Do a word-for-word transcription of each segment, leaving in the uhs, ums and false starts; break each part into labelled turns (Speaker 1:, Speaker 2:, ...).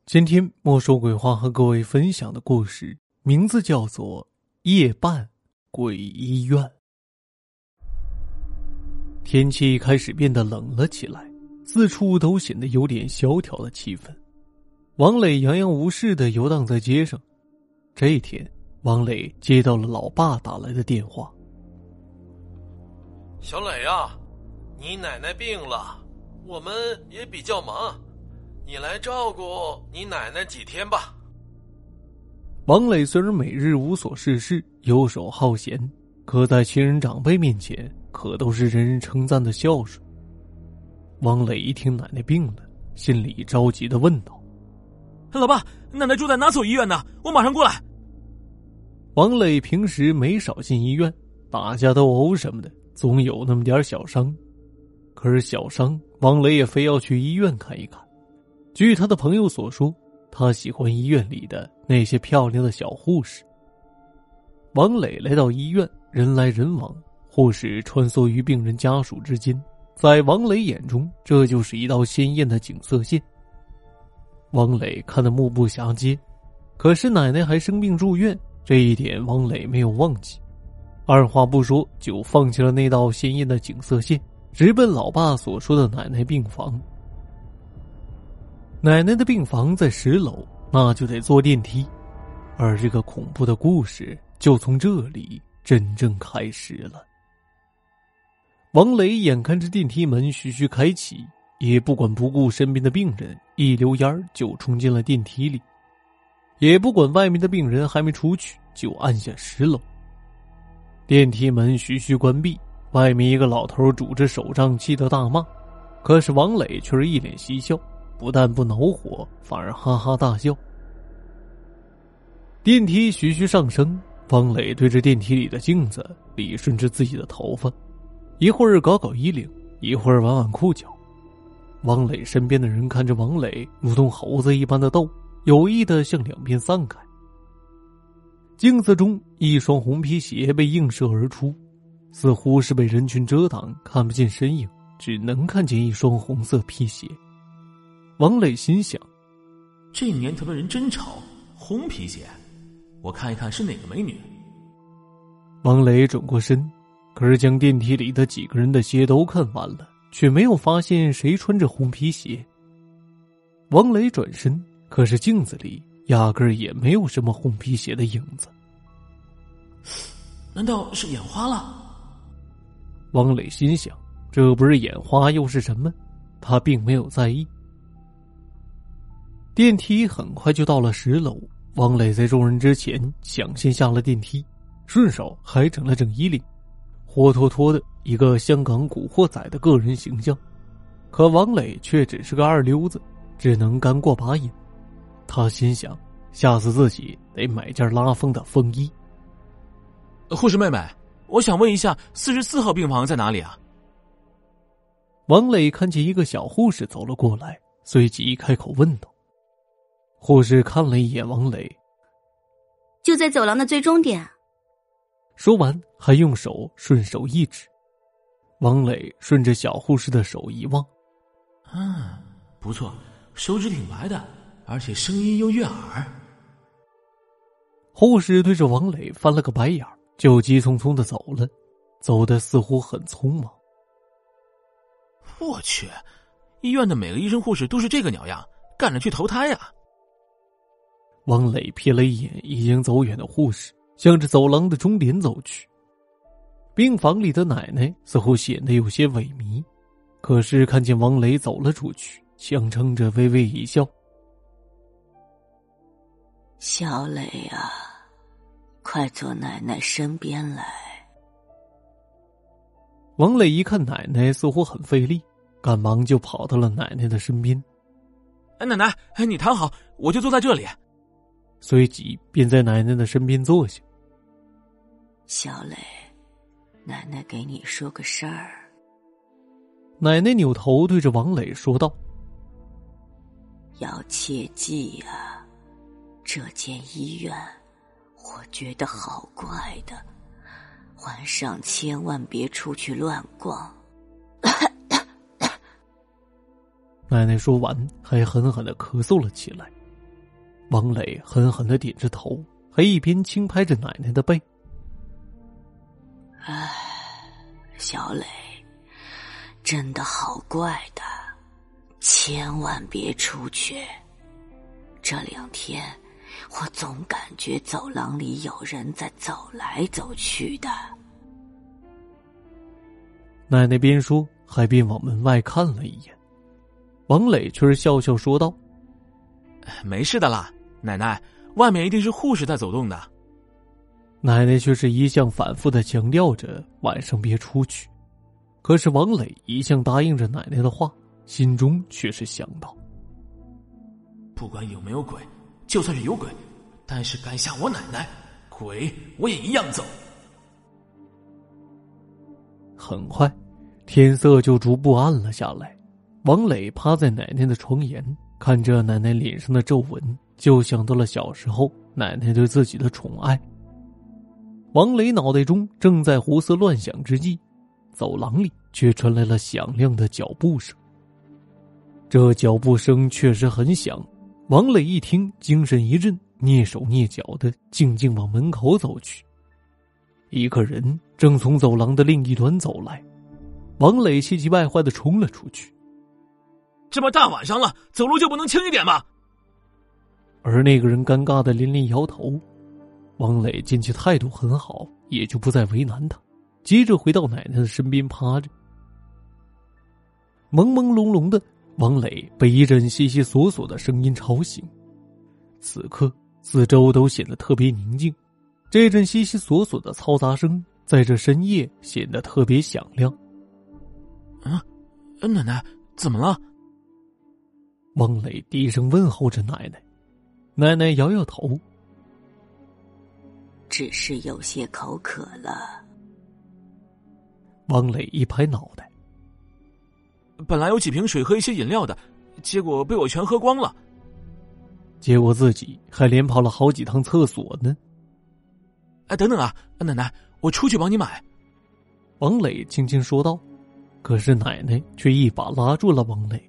Speaker 1: 今天莫说鬼话和各位分享的故事名字叫做《夜半鬼医院》。天气开始变得冷了起来，四处都显得有点萧条的气氛。王磊洋洋无事地游荡在街上。这一天，王磊接到了老爸打来的电话。
Speaker 2: 小磊啊，你奶奶病了，我们也比较忙，你来照顾你奶奶几天吧。
Speaker 1: 王磊虽然每日无所事事，游手好闲，可在亲人长辈面前可都是人人称赞的孝顺。王磊一听奶奶病了，心里着急地问道：
Speaker 3: 老爸，奶奶住在哪所医院呢？我马上过来。
Speaker 1: 王磊平时没少进医院，打架斗殴什么的，总有那么点小伤。可是小伤，王磊也非要去医院看一看。据他的朋友所说，他喜欢医院里的那些漂亮的小护士。王磊来到医院，人来人往，护士穿梭于病人家属之间，在王磊眼中，这就是一道鲜艳的景色线。王磊看得目不暇接，可是奶奶还生病住院，这一点王磊没有忘记。二话不说，就放弃了那道鲜艳的景色线，直奔老爸所说的奶奶病房。奶奶的病房在十楼，那就得坐电梯，而这个恐怖的故事就从这里真正开始了。王磊眼看着电梯门徐徐开启，也不管不顾身边的病人，一溜烟就冲进了电梯里，也不管外面的病人还没出去，就按下十楼。电梯门徐徐关闭，外面一个老头拄着手杖气得大骂，可是王磊却是一脸嬉笑，不但不恼火，反而哈哈大笑。电梯徐徐上升，王磊对着电梯里的镜子理顺着自己的头发，一会儿搞搞衣领，一会儿挽挽裤脚。王磊身边的人看着王磊如同猴子一般的斗，有意的向两边散开。镜子中一双红皮鞋被映射而出，似乎是被人群遮挡，看不见身影，只能看见一双红色皮鞋。王磊心想，
Speaker 3: 这年头的人真潮，红皮鞋，我看一看是哪个美女。
Speaker 1: 王磊转过身，可是将电梯里的几个人的鞋都看完了，却没有发现谁穿着红皮鞋。王磊转身，可是镜子里压根儿也没有什么红皮鞋的影子。
Speaker 3: 难道是眼花了？
Speaker 1: 王磊心想，这不是眼花又是什么？他并没有在意。电梯很快就到了十楼，王磊在众人之前抢先下了电梯，顺手还整了整衣领，活脱脱的一个香港古惑仔的个人形象。可王磊却只是个二流子，只能干过把瘾。他心想，下次自己得买件拉风的风衣。
Speaker 3: 护士妹妹，我想问一下四十四号病房在哪里啊？
Speaker 1: 王磊看见一个小护士走了过来，随即开口问道。护士看了一眼王磊，
Speaker 4: 就在走廊的最终点。
Speaker 1: 说完还用手顺手一指。王磊顺着小护士的手一望，
Speaker 3: 嗯，不错，手指挺白的，而且声音又悦耳。
Speaker 1: 护士对着王磊翻了个白眼，就急匆匆地走了，走得似乎很匆忙。
Speaker 3: 我去，医院的每个医生护士都是这个鸟样，赶着去投胎呀！
Speaker 1: 王磊瞥了一眼已经走远的护士，向着走廊的终点走去。病房里的奶奶似乎显得有些萎靡，可是看见王磊走了出去，强撑着微微一笑。
Speaker 4: 小磊啊，快坐奶奶身边来。
Speaker 1: 王磊一看奶奶似乎很费力，赶忙就跑到了奶奶的身边。
Speaker 3: 哎，奶奶，你躺好，我就坐在这里。
Speaker 1: 随即便在奶奶的身边坐下。
Speaker 4: 小磊，奶奶给你说个事儿。
Speaker 1: 奶奶扭头对着王磊说道：
Speaker 4: 要切记啊，这间医院我觉得好怪的，晚上千万别出去乱逛。
Speaker 1: 奶奶说完还狠狠地咳嗽了起来， 王磊狠狠地点着头，还一边轻拍着奶奶的背。
Speaker 4: 唉，小磊，真的好怪的，千万别出去。这两天我总感觉走廊里有人在走来走去的。
Speaker 1: 奶奶边说还边往门外看了一眼，王磊却是笑笑说道：
Speaker 3: 没事的啦，奶奶，外面一定是护士在走动的。
Speaker 1: 奶奶却是一向反复地强调着晚上别出去，可是王磊一向答应着奶奶的话，心中却是想到，
Speaker 3: 不管有没有鬼，就算是有鬼，但是敢吓我奶奶，鬼我也一样走。
Speaker 1: 很快天色就逐步暗了下来，王磊趴在奶奶的床沿，看着奶奶脸上的皱纹，就想到了小时候奶奶对自己的宠爱。王磊脑袋中正在胡思乱想之际，走廊里却传来了响亮的脚步声。这脚步声确实很响，王磊一听精神一振，蹑手蹑脚的静静往门口走去。一个人正从走廊的另一端走来，王磊气急败坏的冲了出去。
Speaker 3: 这么大晚上了，走路就不能轻一点吗？
Speaker 1: 而那个人尴尬的连连摇头。王磊见其态度很好，也就不再为难他，接着回到奶奶的身边趴着。朦朦胧胧的，王磊被一阵悉悉索索的声音吵醒。此刻四周都显得特别宁静，这阵悉悉索索的嘈杂声在这深夜显得特别响亮。
Speaker 3: 啊，奶奶怎么了？
Speaker 1: 王磊低声问候着奶奶。奶奶摇摇头，
Speaker 4: 只是有些口渴了。
Speaker 1: 王磊一拍脑袋，
Speaker 3: 本来有几瓶水和一些饮料的，结果被我全喝光了。
Speaker 1: 结果自己还连跑了好几趟厕所呢。
Speaker 3: 哎，等等啊，奶奶，我出去帮你买。
Speaker 1: 王磊轻轻说道，可是奶奶却一把拉住了王磊。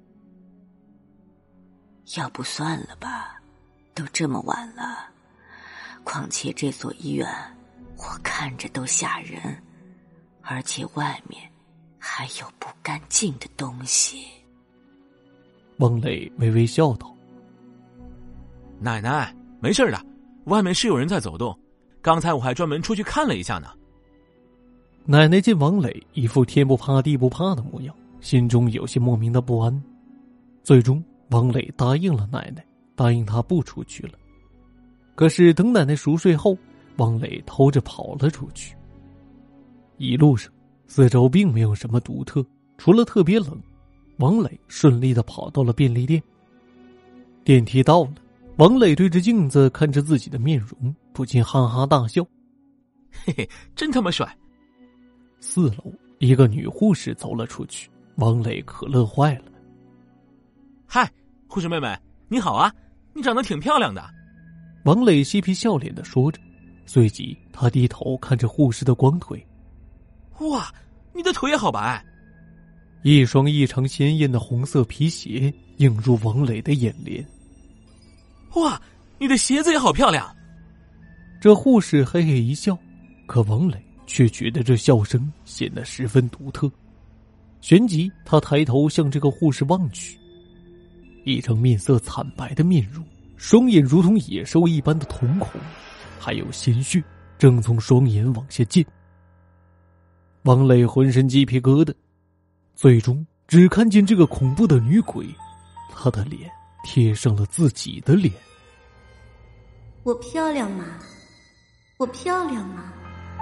Speaker 4: 要不算了吧，都这么晚了，况且这所医院我看着都吓人，而且外面还有不干净的东西。
Speaker 1: 王磊微微笑道，
Speaker 3: 奶奶没事的，外面是有人在走动，刚才我还专门出去看了一下呢。
Speaker 1: 奶奶见王磊一副天不怕地不怕的模样，心中有些莫名的不安。最终王磊答应了奶奶，答应他不出去了。可是等奶奶熟睡后，王磊偷着跑了出去。一路上四周并没有什么独特，除了特别冷。王磊顺利地跑到了便利店。电梯到了，王磊对着镜子看着自己的面容，不禁哈哈大笑。
Speaker 3: 嘿嘿，真他妈帅。
Speaker 1: 四楼一个女护士走了出去，王磊可乐坏了。
Speaker 3: 嗨，护士妹妹你好啊，你长得挺漂亮的。
Speaker 1: 王磊嬉皮笑脸地说着，随即他低头看着护士的光腿。
Speaker 3: 哇，你的腿也好白。
Speaker 1: 一双异常鲜艳的红色皮鞋映入王磊的眼帘。
Speaker 3: 哇，你的鞋子也好漂亮。
Speaker 1: 这护士嘿嘿一笑，可王磊却觉得这笑声显得十分独特。旋即他抬头向这个护士望去，一张面色惨白的面容，双眼如同野兽一般的瞳孔，还有鲜血正从双眼往下溅。王磊浑身鸡皮疙瘩，最终只看见这个恐怖的女鬼，她的脸贴上了自己的脸。
Speaker 5: 我漂亮吗？我漂亮吗？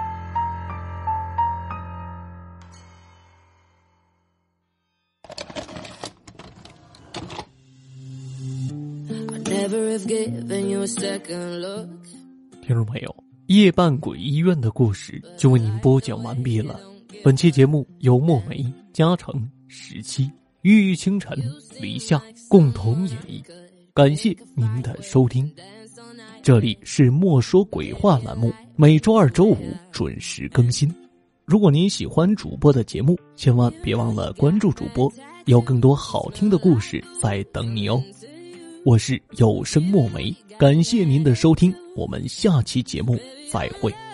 Speaker 1: 听众朋友，夜半鬼医院的故事就为您播讲完毕了。本期节目由墨梅、嘉诚、十七、玉玉清晨、黎夏共同演绎，感谢您的收听。这里是莫说鬼话栏目，每周二、周五准时更新。如果您喜欢主播的节目，千万别忘了关注主播，有更多好听的故事在等你哦。 我是有声墨梅，感谢您的收听，我们下期节目再会。